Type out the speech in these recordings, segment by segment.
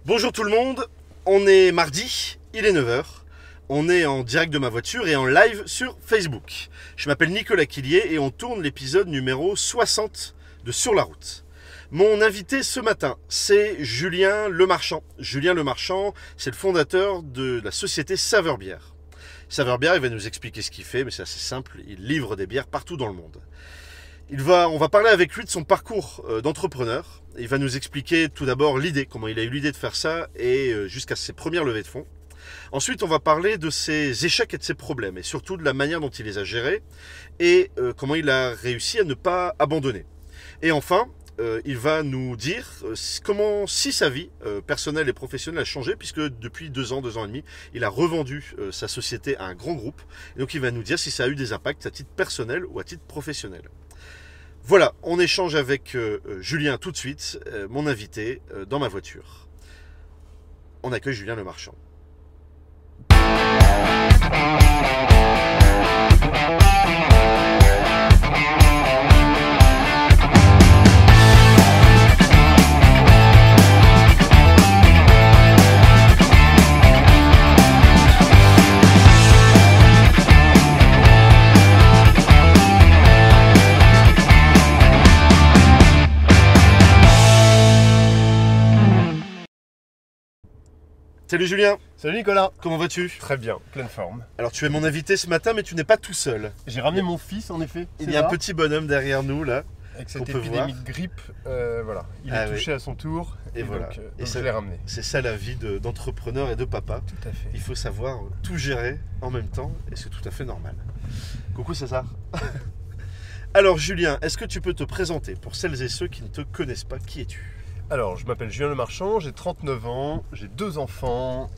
Bonjour tout le monde, on est mardi, il est 9 h. On est en direct de ma voiture et en live sur Facebook. Je m'appelle Nicolas Quillier et on tourne l'épisode numéro 60 de Sur la route. Mon invité ce matin, c'est Julien Lemarchand. Julien Lemarchand, c'est le fondateur de la société Saveur Bière. Saveur Bière, il va nous expliquer ce qu'il fait, mais c'est assez simple, il livre des bières partout dans le monde. On va parler avec lui de son parcours d'entrepreneur. Il va nous expliquer tout d'abord l'idée, comment il a eu l'idée de faire ça et jusqu'à ses premières levées de fonds. Ensuite, on va parler de ses échecs et de ses problèmes et surtout de la manière dont il les a gérés et comment il a réussi à ne pas abandonner. Et enfin, il va nous dire comment si sa vie personnelle et professionnelle a changé puisque depuis 2 ans et demi, il a revendu sa société à un grand groupe. Et donc il va nous dire si ça a eu des impacts à titre personnel ou à titre professionnel. Voilà, on échange avec Julien tout de suite, mon invité, dans ma voiture. On accueille Julien Lemarchand. Salut Julien. Salut Nicolas. Comment vas-tu? Très bien, pleine forme. Alors tu es mon invité ce matin mais tu n'es pas tout seul. J'ai ramené mon fils en effet. Il y a un petit bonhomme derrière nous là. Avec cette peut épidémie voir. de grippe, voilà. Il est touché à son tour et voilà. Donc et je l'ai ramené. C'est ça la vie d'entrepreneur et de papa. Tout à fait. Il faut savoir tout gérer en même temps et c'est tout à fait normal. Coucou César. Alors Julien, est-ce que tu peux te présenter pour celles et ceux qui ne te connaissent pas? Qui es-tu? Alors, je m'appelle Julien Lemarchand, j'ai 39 ans, j'ai 2 enfants.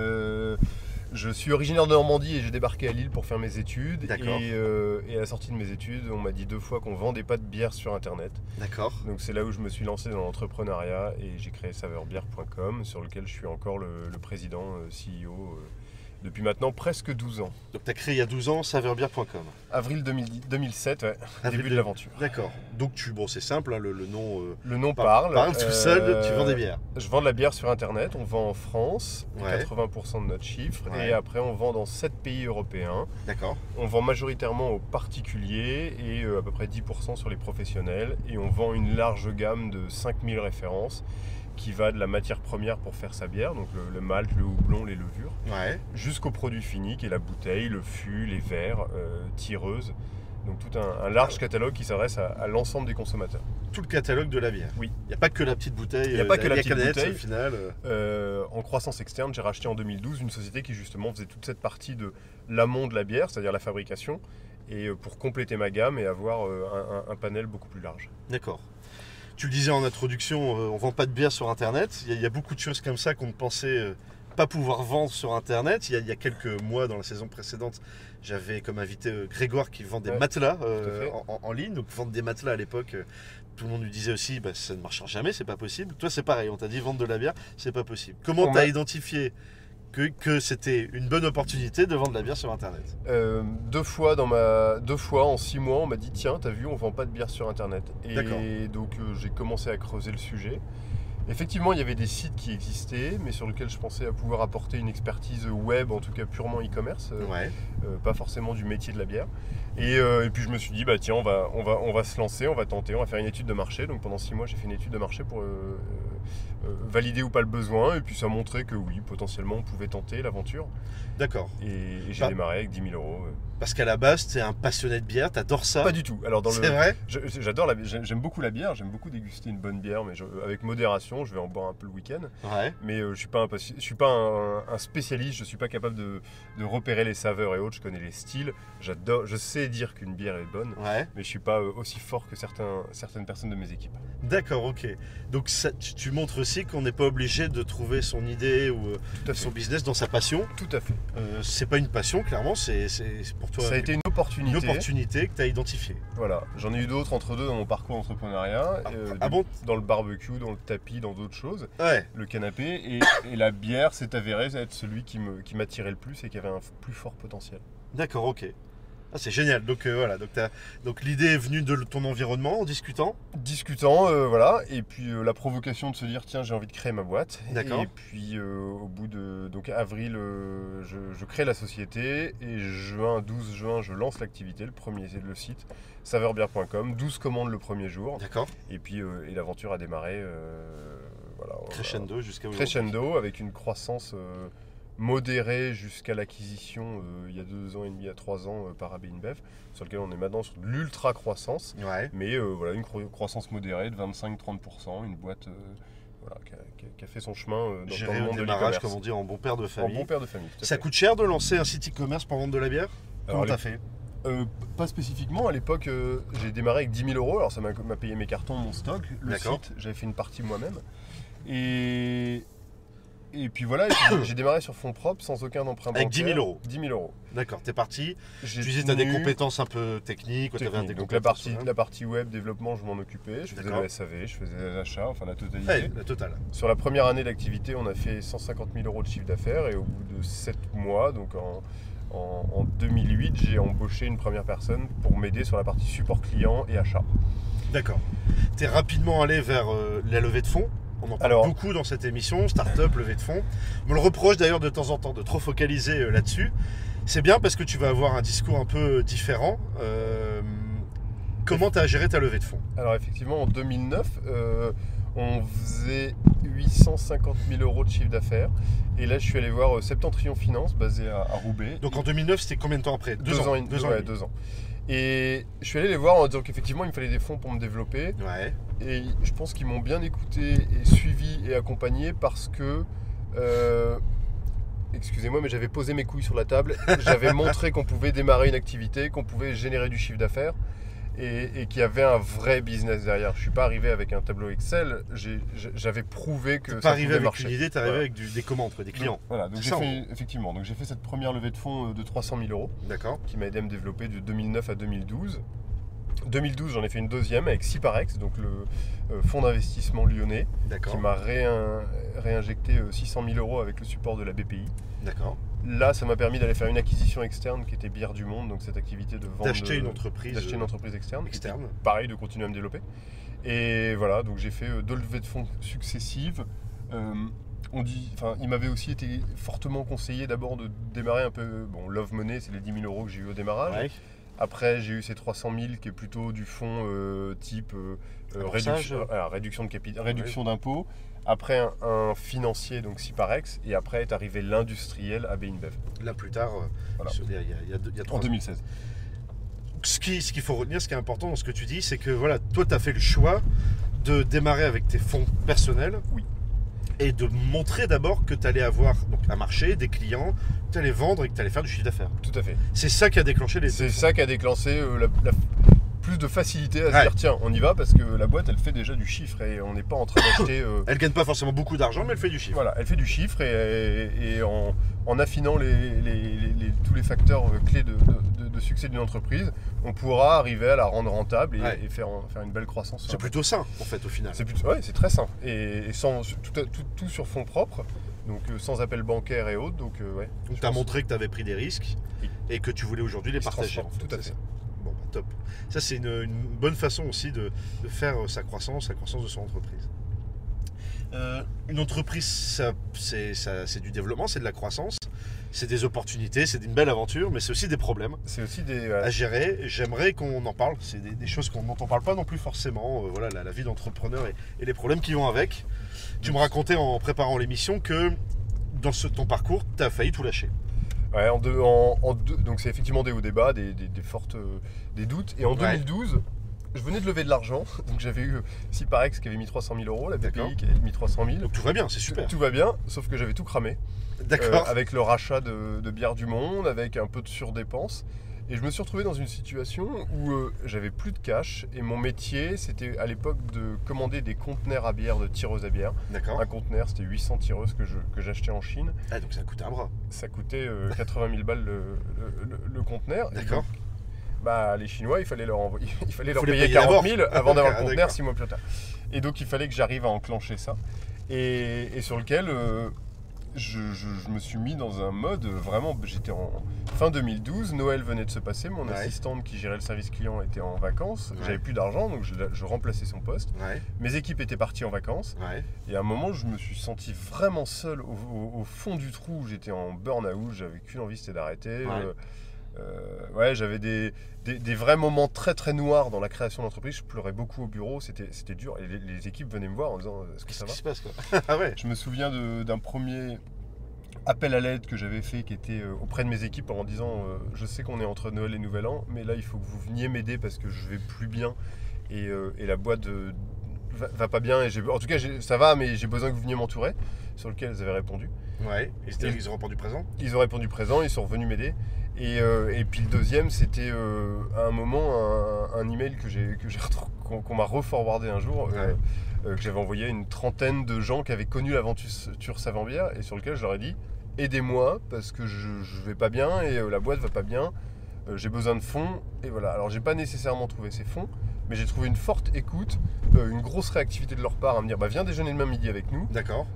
Je suis originaire de Normandie et j'ai débarqué à Lille pour faire mes études. D'accord. Et à la sortie de mes études, on m'a dit 2 fois qu'on vendait pas de bière sur internet. D'accord. Donc c'est là où je me suis lancé dans l'entrepreneuriat et j'ai créé saveurbière.com sur lequel je suis encore le président, CEO depuis maintenant presque 12 ans. Donc tu as créé il y a 12 ans saveurbière.com. Avril 2007, ouais, début de l'aventure. D'accord. Donc c'est simple, hein, le nom Le nom parle. parle tout seul, tu vends des bières. Je vends de la bière sur internet, on vend en France, Ouais. 80% de notre chiffre, Ouais. et après on vend dans 7 pays européens. D'accord. On vend majoritairement aux particuliers et à peu près 10% sur les professionnels, et on vend une large gamme de 5000 références qui va de la matière première pour faire sa bière, donc le malt, le houblon, les levures, Ouais. jusqu'au produit fini qui est la bouteille, le fût, les verres, tireuses. Donc tout un large catalogue qui s'adresse à l'ensemble des consommateurs. Tout le catalogue de la bière. Oui. Il n'y a pas que la petite bouteille. Il n'y a pas que la petite canette, bouteille. Au final. En croissance externe, j'ai racheté en 2012 une société qui justement faisait toute cette partie de l'amont de la bière, c'est-à-dire la fabrication, et pour compléter ma gamme et avoir un panel beaucoup plus large. D'accord. Tu le disais en introduction, on ne vend pas de bière sur Internet. Il y a beaucoup de choses comme ça qu'on ne pensait pas pouvoir vendre sur Internet. Il y a quelques mois, dans la saison précédente, j'avais comme invité Grégoire qui vend des matelas en ligne. Donc vendre des matelas à l'époque, tout le monde lui disait aussi, ça ne marchera jamais, c'est pas possible. Toi c'est pareil, on t'a dit vendre de la bière, c'est pas possible. Comment tu as identifié que c'était une bonne opportunité de vendre de la bière sur Internet? 2 fois en 6 mois, on m'a dit tiens, t'as vu, on vend pas de bière sur Internet. D'accord. Et donc j'ai commencé à creuser le sujet. Effectivement, il y avait des sites qui existaient, mais sur lesquels je pensais à pouvoir apporter une expertise web, en tout cas purement e-commerce, Ouais. pas forcément du métier de la bière. Et puis je me suis dit, tiens, on va se lancer, on va tenter, on va faire une étude de marché. Donc pendant 6 mois, j'ai fait une étude de marché pour valider ou pas le besoin. Et puis ça montrait que oui, potentiellement, on pouvait tenter l'aventure. D'accord. Et j'ai démarré avec 10 000 euros. Parce qu'à la base, tu es un passionné de bière, tu adores ça. Pas du tout. Alors C'est vrai? J'adore j'aime beaucoup la bière, j'aime beaucoup déguster une bonne bière, mais avec modération, je vais en boire un peu le week-end. Ouais. Mais je suis pas un spécialiste, je suis pas capable de repérer les saveurs et autres, je connais les styles. Je sais dire qu'une bière est bonne, Ouais. mais je suis pas aussi fort que certaines personnes de mes équipes. D'accord, ok. Donc tu montres aussi qu'on n'est pas obligé de trouver son idée ou Tout à son fait. business dans sa passion. Tout à fait. C'est pas une passion, clairement, c'est pour toi Ça a été une opportunité. que tu as identifiée. Voilà, j'en ai eu d'autres entre deux dans mon parcours d'entrepreneuriat. Bon? Dans le barbecue, dans le tapis, dans d'autres choses. Ouais. Le canapé et la bière s'est avérée être celui qui m'attirait le plus et qui avait un plus fort potentiel. D'accord, ok. Ah, c'est génial. Donc voilà, donc l'idée est venue de ton environnement en discutant. Discutant, voilà, et puis la provocation de se dire tiens, j'ai envie de créer ma boîte. D'accord. Et puis au bout de donc avril, je crée la société et 12 juin, je lance l'activité, le site saveurbière.com, 12 commandes le premier jour. D'accord. Et puis et l'aventure a démarré voilà, Crescendo jusqu'à aujourd'hui. crescendo avec une croissance modérée jusqu'à l'acquisition il y a 2 ans et demi, il y a 3 ans par AB InBev, sur lequel on est maintenant sur de l'ultra croissance. Ouais. Mais voilà, une croissance modérée de 25-30%, une boîte voilà, qui a fait son chemin dans Géré le au monde de démarrage, l'e-commerce. comme on dit, en bon père de En famille. bon père de famille, tout à Ça fait. coûte cher de lancer un site e-commerce pour vendre de la bière? Comment Alors, t'as fait? Pas spécifiquement, à l'époque j'ai démarré avec 10 000 €, alors ça m'a payé mes cartons, mon stock, le D'accord. site, j'avais fait une partie moi-même. Et puis voilà, et puis j'ai démarré sur fonds propres sans aucun emprunt bancaire. Avec 10 000 €. 10 000 €. D'accord, t'es parti. J'ai Tu disais que t'as des tenu- compétences un peu techniques. T'avais technique. des Donc compétences, la partie web, développement, je m'en occupais. Je faisais D'accord. le SAV, je faisais les achats, enfin la totalité. Ouais, la totale. Sur la première année d'activité, on a fait 150 000 € de chiffre d'affaires et au bout de 7 mois, donc en 2008, j'ai embauché une première personne pour m'aider sur la partie support client et achat. D'accord. T'es rapidement allé vers la levée de fonds. On en parle Alors- beaucoup dans cette émission, start-up, levée de fonds. On me le reproche d'ailleurs de temps en temps de trop focaliser là-dessus. C'est bien parce que tu vas avoir un discours un peu différent. Comment tu as géré ta levée de fonds? Alors effectivement, en 2009, on faisait 850 000 € de chiffre d'affaires. Et là, je suis allé voir Septentrion Finance, basé à Roubaix. Donc en 2009, c'était combien de temps après? 2 ans. et demi. 2 ans. Et je suis allé les voir en disant qu'effectivement, il me fallait des fonds pour me développer. Ouais. Et je pense qu'ils m'ont bien écouté et suivi et accompagné parce que, excusez-moi, mais j'avais posé mes couilles sur la table. J'avais montré qu'on pouvait démarrer une activité, qu'on pouvait générer du chiffre d'affaires et qu'il y avait un vrai business derrière. Je ne suis pas arrivé avec un tableau Excel, j'avais prouvé que T'es pas ça arrivé pouvait avec marcher. une idée, t'es arrivé Voilà. avec des commandes, quoi, des clients. Voilà, donc C'est j'ai ça, fait, effectivement, donc j'ai fait cette première levée de fonds de 300 000 € D'accord. qui m'a aidé à me développer de 2009 à 2012. 2012, j'en ai fait une deuxième avec Ciparex, donc le fonds d'investissement lyonnais, D'accord. qui m'a réinjecté 600 000 € avec le support de la BPI. D'accord. Là, ça m'a permis d'aller faire une acquisition externe qui était Bière du Monde, donc cette activité de vente. D'acheter une entreprise. D'acheter une entreprise externe. externe. Qui était pareil, de continuer à me développer. Et voilà, donc j'ai fait 2 levées de fonds successives. Il m'avait aussi été fortement conseillé d'abord de démarrer un peu. Bon, Love Money, c'est les 10 000 € que j'ai eu au démarrage. Ouais. Après, j'ai eu ces 300 000 qui est plutôt du fonds type Amorçage. réduction de capital, réduction d'impôts. Après, un financier, donc Ciparex. Et après est arrivé l'industriel AB InBev. Là, plus tard, Voilà. il y a 3 En ans. 2016. Ce qu'il faut retenir, ce qui est important dans ce que tu dis, c'est que voilà, toi, tu as fait le choix de démarrer avec tes fonds personnels. Oui. Et de montrer d'abord que tu allais avoir donc, un marché, des clients, que tu allais vendre et que tu allais faire du chiffre d'affaires. Tout à fait. C'est ça qui a déclenché les C'est ça qui a déclenché plus de facilité à se Ouais. dire tiens, on y va parce que la boîte elle fait déjà du chiffre et on n'est pas en train d'acheter. Elle gagne pas forcément beaucoup d'argent, mais elle fait du chiffre. Voilà, elle fait du chiffre et en affinant tous les facteurs clés de succès d'une entreprise, on pourra arriver à la rendre rentable Ouais. et faire une belle croissance. C'est plutôt sain, en fait, au final. C'est très simple. Et sans, tout sur fonds propres, donc sans appel bancaire et autres. Donc, ouais, Donc je tu as pense- montré que tu avais pris des risques Oui. et que tu voulais aujourd'hui les Ils se partager. transforment, en fait, tout à c'est fait. ça. Bon, bah, top. Ça, c'est une bonne façon aussi de faire sa croissance de son entreprise. Une entreprise, c'est du développement, c'est de la croissance, c'est des opportunités, c'est une belle aventure, mais c'est aussi des problèmes C'est aussi des. à gérer. J'aimerais qu'on en parle. C'est des choses dont on ne parle pas non plus forcément. Voilà, la vie d'entrepreneur et les problèmes qui vont avec. Tu me racontais en préparant l'émission que dans ton parcours, tu as failli tout lâcher. Ouais, donc c'est effectivement des hauts débats, des fortes des doutes. Et en Ouais. 2012, je venais de lever de l'argent. Donc j'avais eu Ciparex qui avait mis 300 000 €, la D'accord. BPI qui avait mis 300 000. Donc tout va bien, c'est super. Tout va bien, sauf que j'avais tout cramé. D'accord. Avec le rachat de Bière du Monde, avec un peu de surdépenses. Et je me suis retrouvé dans une situation où j'avais plus de cash. Et mon métier, c'était à l'époque de commander des conteneurs à bière, de tireuses à bière. D'accord. Un conteneur, c'était 800 tireuses que j'achetais en Chine. Ah, donc ça a coûté un bras. Ça coûtait 80 000 balles le conteneur. Et D'accord. donc, bah, les Chinois, il fallait leur envoyer, il fallait leur Faut les payer payer 40 d'abord. 000 avant d'avoir Ah, le conteneur d'accord. 6 mois plus tard. Et donc il fallait que j'arrive à enclencher ça. Et sur lequel je me suis mis dans un mode vraiment, j'étais en fin 2012, Noël venait de se passer, mon assistante qui gérait le service client était en vacances, j'avais plus d'argent donc je remplaçais son poste, mes équipes étaient parties en vacances et à un moment je me suis senti vraiment seul au fond du trou, j'étais en burn-out, j'avais qu'une envie c'était d'arrêter. J'avais des vrais moments très très noirs dans la création d'entreprise. Je pleurais beaucoup au bureau, c'était dur. Et les équipes venaient me voir en disant est-ce que ça va ? Qu'est-ce qui se passe quoi? Je me souviens d'un premier appel à l'aide que j'avais fait qui était auprès de mes équipes en disant je sais qu'on est entre Noël et Nouvel An, mais là il faut que vous veniez m'aider parce que je vais plus bien et la boîte va pas bien. En tout cas ça va, mais j'ai besoin que vous veniez m'entourer. Sur lequel ils avaient répondu. Ils ont répondu présent. Ils ont répondu présent, ils sont revenus m'aider. Et puis le deuxième, c'était à un moment un email qu'on m'a reforwardé un jour, que j'avais envoyé à une trentaine de gens qui avaient connu l'aventure Savambière et sur lequel je leur ai dit aidez-moi parce que je vais pas bien et la boîte va pas bien, j'ai besoin de fonds et voilà. Alors j'ai pas nécessairement trouvé ces fonds, mais j'ai trouvé une forte écoute, une grosse réactivité de leur part à me dire viens déjeuner demain midi avec nous. D'accord.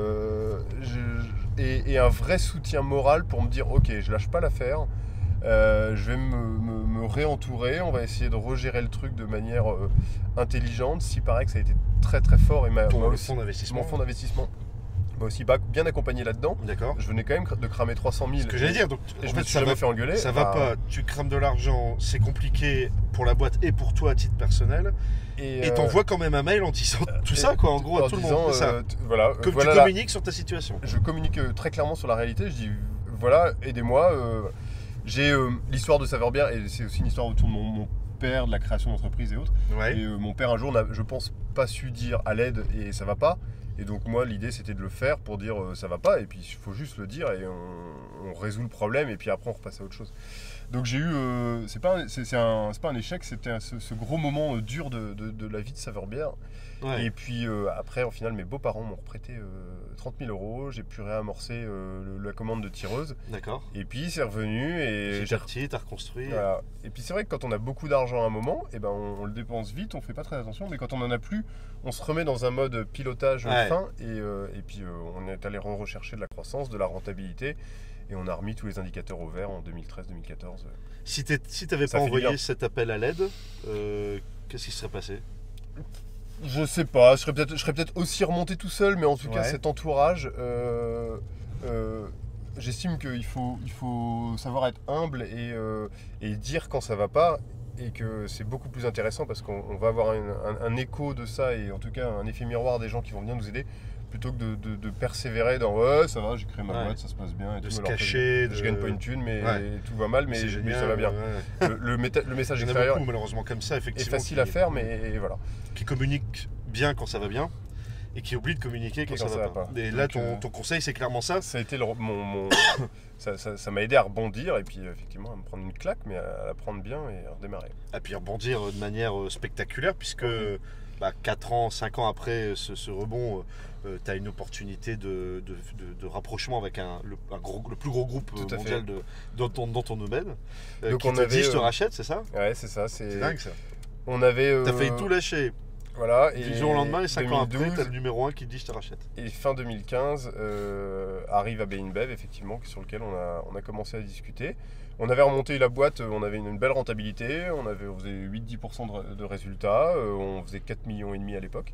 Et un vrai soutien moral pour me dire ok, je lâche pas l'affaire, je vais me réentourer, on va essayer de regérer le truc de manière intelligente. S'il paraît que ça a été très très fort et mon fonds d'investissement m'a aussi bien accompagné là-dedans. D'accord. Je venais quand même de cramer 300 000. Ce que j'allais dire, donc et je me suis jamais fait engueuler. Ça va pas, tu crames de l'argent, c'est compliqué pour la boîte et pour toi à titre personnel. Et t'envoies quand même un mail en disant tout ça, quoi, en gros, à tout le monde. Comme tu communiques sur ta situation. Je communique très clairement sur la réalité. Je dis voilà, aidez-moi. J'ai l'histoire de Savambière et c'est aussi une histoire autour de mon père, de la création d'entreprise et autres. Et mon père un jour n'a, je pense, pas su dire à l'aide et ça va pas. Et donc moi l'idée c'était de le faire pour dire ça va pas et puis il faut juste le dire et on résout le problème et puis après on repasse à autre chose. Donc j'ai eu, c'est pas un échec, c'était ce gros moment dur de la vie de Savambière. Et puis après, au final, mes beaux-parents m'ont prêté 30 000 €. J'ai pu réamorcer la commande de tireuse. D'accord. Et puis c'est revenu et j'ai retiré, t'as reconstruit. Voilà. Et puis c'est vrai que quand on a beaucoup d'argent à un moment, et ben on le dépense vite, on fait pas très attention. Mais quand on en a plus, on se remet dans un mode pilotage fin. Et puis on est allé rechercher de la croissance, de la rentabilité. Et on a remis tous les indicateurs au vert en 2013-2014. Si t'avais pas envoyé cet appel à l'aide, qu'est-ce qui serait passé ? Je sais pas, je serais peut-être aussi remonté tout seul, mais en tout cas cet entourage, j'estime qu'il faut savoir être humble et dire quand ça va pas, et que c'est beaucoup plus intéressant parce qu'on va avoir un écho de ça et en tout cas un effet miroir des gens qui vont venir nous aider, plutôt que de persévérer dans ça va, j'ai créé ma boîte, ça se passe bien. Et de tout, se cacher. Je gagne pas une thune, mais tout va mal, mais ça va bien. Le message extérieur. Il y en a beaucoup, malheureusement, comme ça, effectivement. Est facile à faire, mais voilà. Qui communique bien quand ça va bien et qui oublie de communiquer quand ça va pas. Et là, ton conseil, c'est clairement ça. Ça a été ça m'a aidé à rebondir et puis effectivement à me prendre une claque, mais à la prendre bien et à redémarrer. Et puis rebondir de manière spectaculaire, puisque 4 ans, 5 ans après ce rebond, tu as une opportunité de rapprochement avec le plus gros groupe mondial dans ton domaine. Donc qui te dit je te rachète, c'est ça ? Ouais, c'est ça. C'est dingue ça. T'as failli tout lâcher. Voilà, et du jour au lendemain, et 5 ans après, tu as le numéro 1 qui te dit je te rachète. Et fin 2015, arrive AB InBev, effectivement, sur lequel on a commencé à discuter. On avait remonté la boîte, on avait une belle rentabilité, on faisait 8-10% de résultats, on faisait 4,5 millions à l'époque.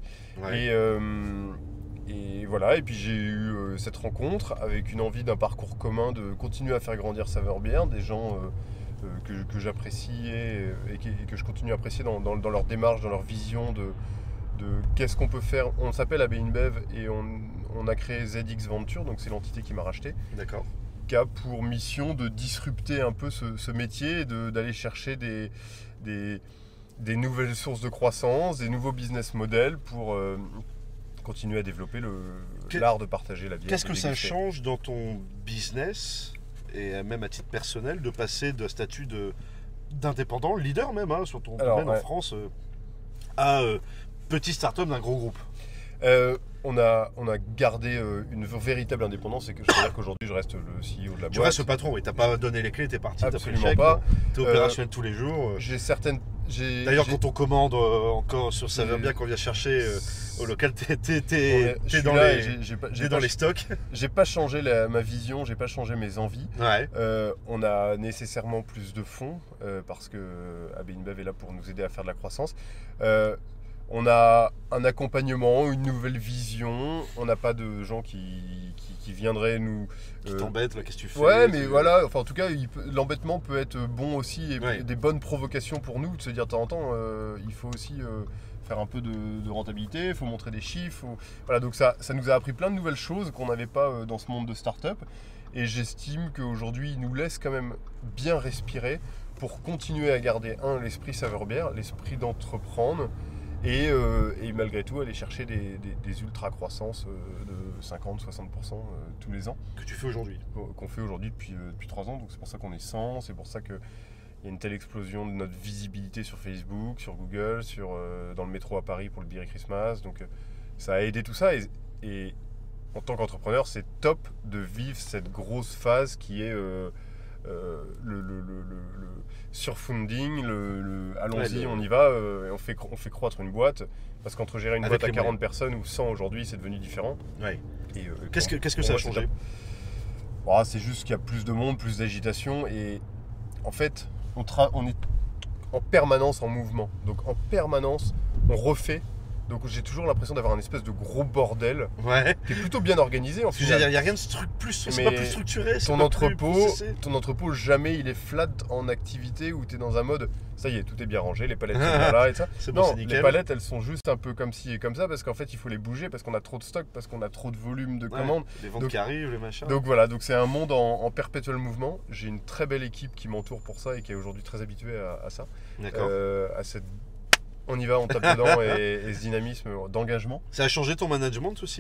Et voilà, et puis j'ai eu cette rencontre avec une envie d'un parcours commun de continuer à faire grandir Savambière, des gens que j'apprécie et que je continue à apprécier dans leur démarche, dans leur vision de qu'est-ce qu'on peut faire. On s'appelle AB InBev et on a créé ZX Venture, donc c'est l'entité qui m'a racheté. D'accord. Qui a pour mission de disrupter un peu ce métier et d'aller chercher des nouvelles sources de croissance, des nouveaux business models pour continuer à développer l'art de partager la bière. Qu'est-ce que ça change dans ton business et même à titre personnel de passer de statut d'indépendant, leader même sur ton domaine en France, à petit start-up d'un gros groupe? on a gardé une véritable indépendance, et que je veux dire qu'aujourd'hui je reste le CEO de la Tu boîte. restes le patron, oui. T'as pas donné les clés, t'es parti, t'as pris le Absolument chèque. pas. T'es opérationnel tous les jours. D'ailleurs, quand on commande encore sur Saverbia, qu'on vient chercher au local, t'es dans les stocks. J'ai pas changé ma vision, j'ai pas changé mes envies. Ouais. On a nécessairement plus de fonds parce que AB InBev est là pour nous aider à faire de la croissance. On a un accompagnement, une nouvelle vision. On n'a pas de gens qui viendraient nous... Qui t'embêtent, là, qu'est-ce que tu fais? Ouais, mais voilà, enfin, en tout cas, l'embêtement peut être bon aussi, et Ouais. des bonnes provocations pour nous, de se dire de temps en temps, il faut aussi faire un peu de rentabilité, il faut montrer des chiffres. Voilà, donc ça nous a appris plein de nouvelles choses qu'on n'avait pas dans ce monde de start-up. Et j'estime qu'aujourd'hui, il nous laisse quand même bien respirer pour continuer à garder, l'esprit Saverbia, l'esprit d'entreprendre, et malgré tout aller chercher des ultra-croissances de 50-60% tous les ans. Que tu fais aujourd'hui. Qu'on fait aujourd'hui depuis 3 ans, donc c'est pour ça qu'on est 100, c'est pour ça qu'il y a une telle explosion de notre visibilité sur Facebook, sur Google, dans le métro à Paris pour le Beer Christmas, donc ça a aidé tout ça, et en tant qu'entrepreneur, c'est top de vivre cette grosse phase qui est le surfunding, allons-y, on y va, et on fait croître une boîte, parce qu'entre gérer une Avec boîte à les 40 personnes ou 100 aujourd'hui, c'est devenu différent. Ouais. Et, Qu'est-ce que pour ça a moi, changé? c'est juste qu'il y a plus de monde, plus d'agitation, et en fait, on est en permanence en mouvement. Donc en permanence, on refait. Donc j'ai toujours l'impression d'avoir un espèce de gros bordel Ouais. qui est plutôt bien organisé en Il final. n'y a rien de c'est Mais pas plus structuré. Ton entrepôt, jamais il est flat en activité où tu es dans un mode, ça y est, tout est bien rangé, les palettes sont bien là et ça. C'est bon, Non, c'est nickel. les palettes, elles sont juste un peu comme ci et comme ça, parce qu'en fait, il faut les bouger, parce qu'on a trop de stock, parce qu'on a trop de volume de commandes. Les ventes Donc- qui arrivent, les machins. Donc voilà, donc c'est un monde en perpétuel mouvement. J'ai une très belle équipe qui m'entoure pour ça et qui est aujourd'hui très habituée à ça. D'accord. À cette... On y va, on tape dedans, et ce dynamisme d'engagement. Ça a changé ton management aussi?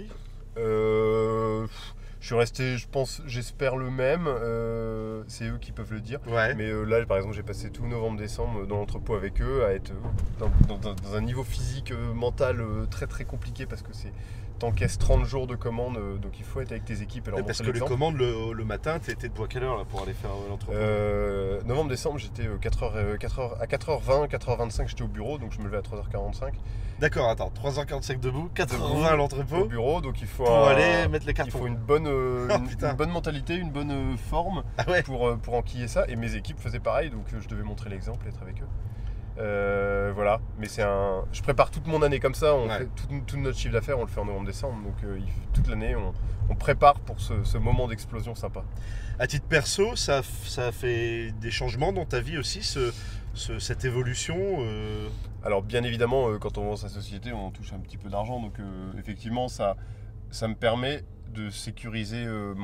Je suis resté, j'espère le même. C'est eux qui peuvent le dire. Ouais. Mais là, par exemple, j'ai passé tout novembre-décembre dans l'entrepôt avec eux, à être dans un niveau physique, mental très très compliqué, parce que t'encaisses 30 jours de commandes, donc il faut être avec tes équipes et leur Parce montrer que les l'exemple. commandes le matin, t'étais debout à quelle heure là, pour aller faire l'entrepôt? Novembre-décembre, j'étais à 4h20, 4h25, j'étais au bureau, donc je me levais à 3h45 D'accord, attends, 3h45 debout, 4h20 à au l'entrepôt bureau, donc il faut pour aller mettre les il cartons. faut une bonne, putain. une bonne mentalité, une bonne forme Ah ouais. pour enquiller ça. Et mes équipes faisaient pareil, donc je devais montrer l'exemple, être avec eux. Voilà, mais je prépare toute mon année comme ça. On Ouais. fait tout notre chiffre d'affaires, on le fait en novembre-décembre, donc toute l'année on prépare pour ce moment d'explosion sympa. À titre perso, ça a fait des changements dans ta vie aussi, cette évolution Alors bien évidemment, quand on vend sa société, on touche un petit peu d'argent, donc effectivement ça me permet de sécuriser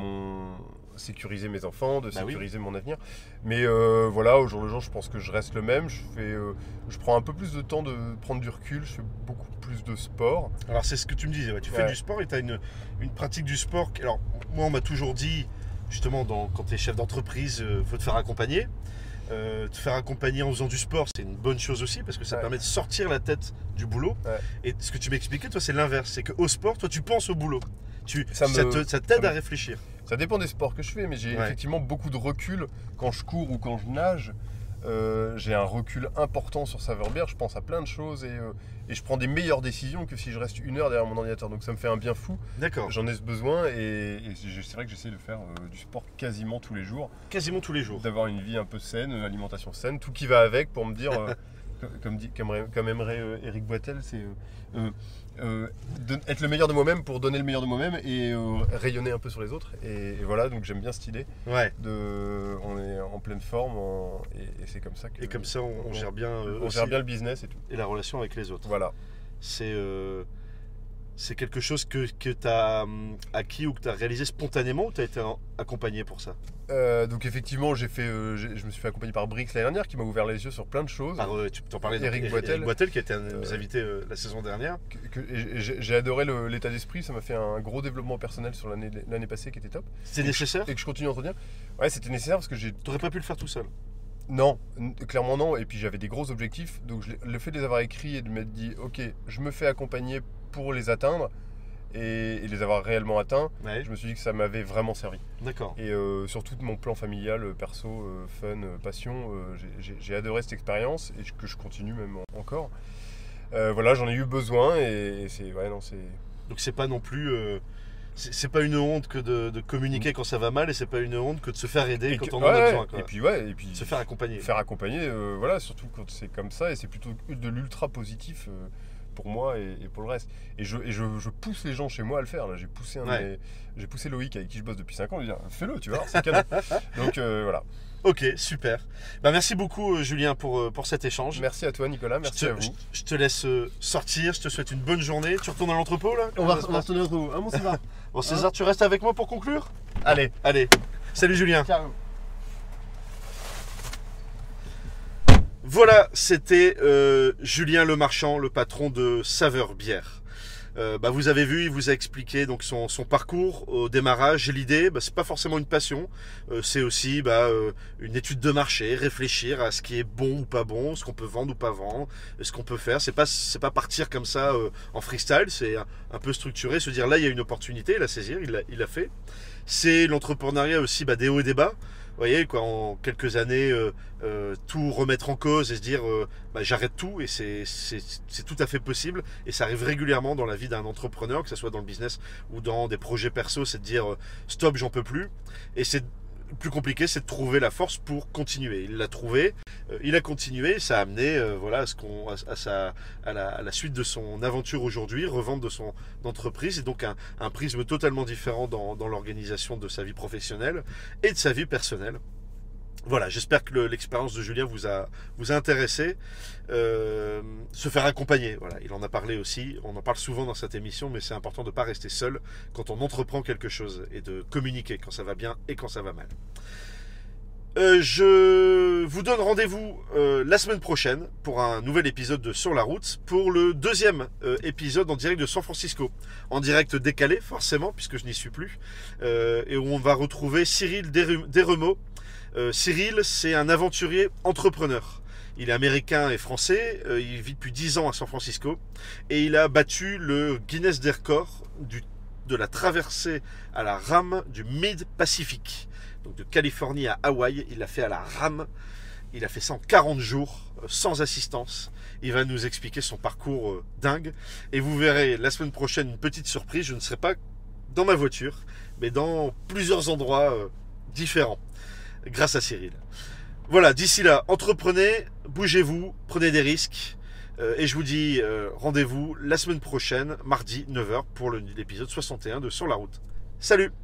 mes enfants, de Bah oui. sécuriser mon avenir. Mais voilà, au jour le jour, je pense que je reste le même. Je prends un peu plus de temps de prendre du recul, je fais beaucoup plus de sport. Alors c'est ce que tu me disais, ouais. Tu fais Ouais. du sport et tu as une pratique du sport. Alors moi on m'a toujours dit, justement quand tu es chef d'entreprise, faut te faire accompagner. Te faire accompagner en faisant du sport, c'est une bonne chose aussi parce que ça Ouais. permet de sortir la tête du boulot. Ouais. Et ce que tu m'expliquais, toi, c'est l'inverse. C'est qu'au sport, toi, tu penses au boulot. Ça Ça t'aide me- à réfléchir. Ça dépend des sports que je fais, mais j'ai Ouais. effectivement beaucoup de recul quand je cours ou quand je nage. J'ai un recul important sur Saverbia, je pense à plein de choses, et je prends des meilleures décisions que si je reste 1 heure derrière mon ordinateur. Donc ça me fait un bien fou. D'accord. J'en ai ce besoin, et c'est vrai que j'essaie de faire du sport quasiment tous les jours, Quasiment tous les jours. d'avoir une vie un peu saine, alimentation saine, tout qui va avec, pour me dire, comme aimerait Eric Boitel, c'est être le meilleur de moi-même pour donner le meilleur de moi-même, et rayonner un peu sur les autres. Et voilà, donc j'aime bien cette idée. Ouais. On est en pleine forme, et c'est comme ça que... Et comme ça, on gère bien, on aussi, gère bien le business et tout. et la relation avec les autres. Voilà. C'est quelque chose que tu as acquis ou que tu as réalisé spontanément ou tu as été accompagné pour ça? Donc effectivement, je me suis fait accompagner par Brix l'année dernière, qui m'a ouvert les yeux sur plein de choses. Tu t'en parlais Eric Boitel. Eric Boitel, qui était un de mes invités la saison dernière. Et j'ai adoré l'état d'esprit, ça m'a fait un gros développement personnel sur l'année passée qui était top. C'était nécessaire? Et que je continue à entretenir. Ouais, c'était nécessaire parce que T'aurais pas pu le faire tout seul? Non, clairement non. Et puis j'avais des gros objectifs. Donc le fait de les avoir écrits et de m'être dit, ok, je me fais accompagner pour les atteindre. et les avoir réellement atteints, Ouais. je me suis dit que ça m'avait vraiment servi. D'accord. Et surtout de mon plan familial, perso, fun, passion, j'ai adoré cette expérience et que je continue même encore. Voilà, j'en ai eu besoin et c'est... Ouais, non, c'est... Donc c'est pas non plus... c'est pas une honte que de communiquer quand ça va mal et c'est pas une honte que de se faire aider quand on en a besoin. Quoi. Et puis Se faire accompagner. Faire accompagner, voilà, surtout quand c'est comme ça et c'est plutôt de l'ultra positif pour moi et pour le reste. Et je pousse les gens chez moi à le faire. Là, j'ai poussé Loïc avec qui je bosse depuis 5 ans, il dit fais-le, tu vois, c'est canon. Donc voilà. Ok, super. Bah, merci beaucoup Julien pour cet échange. Merci à toi Nicolas, merci à vous. Je te laisse sortir, je te souhaite une bonne journée. Tu retournes à l'entrepôt là? On va retourner au trou. Ah bon, César. Bon César, tu restes avec moi pour conclure? Allez. Allez, salut Julien. Ciao. Voilà, c'était Julien Lemarchand, le patron de Saveur Bière. Vous avez vu, il vous a expliqué donc son parcours au démarrage et l'idée, c'est pas forcément une passion, c'est aussi une étude de marché, réfléchir à ce qui est bon ou pas bon, ce qu'on peut vendre ou pas vendre, ce qu'on peut faire. C'est pas partir comme ça en freestyle, c'est un peu structuré, se dire là il y a une opportunité, la saisir, il l'a fait. C'est l'entrepreneuriat aussi des hauts et des bas. Vous voyez, quoi, en quelques années, tout remettre en cause et se dire j'arrête tout, et c'est tout à fait possible. Et ça arrive régulièrement dans la vie d'un entrepreneur, que ce soit dans le business ou dans des projets perso, c'est de dire stop, j'en peux plus. Et c'est plus compliqué, c'est de trouver la force pour continuer. Il l'a trouvé, il a continué, ça a amené à la suite de son aventure aujourd'hui, revente de son entreprise, et donc un prisme totalement différent dans l'organisation de sa vie professionnelle et de sa vie personnelle. Voilà, j'espère que l'expérience de Julien vous a intéressé. Se faire accompagner, voilà, il en a parlé aussi, on en parle souvent dans cette émission, mais c'est important de ne pas rester seul quand on entreprend quelque chose et de communiquer quand ça va bien et quand ça va mal. Je vous donne rendez-vous la semaine prochaine pour un nouvel épisode de Sur la route, pour le deuxième épisode en direct de San Francisco, en direct décalé forcément puisque je n'y suis plus, et où on va retrouver Cyril Desremeaux. Cyril, c'est un aventurier entrepreneur. Il est américain et français, il vit depuis 10 ans à San Francisco et il a battu le Guinness des records de la traversée à la rame du Mid-Pacifique. Donc de Californie à Hawaï, il l'a fait à la rame. Il a fait ça en 40 jours, sans assistance. Il va nous expliquer son parcours dingue. Et vous verrez la semaine prochaine une petite surprise. Je ne serai pas dans ma voiture, mais dans plusieurs endroits différents, grâce à Cyril. Voilà, d'ici là, entreprenez, bougez-vous, prenez des risques. Et je vous dis rendez-vous la semaine prochaine, mardi 9h, pour l'épisode 61 de Sur la route. Salut!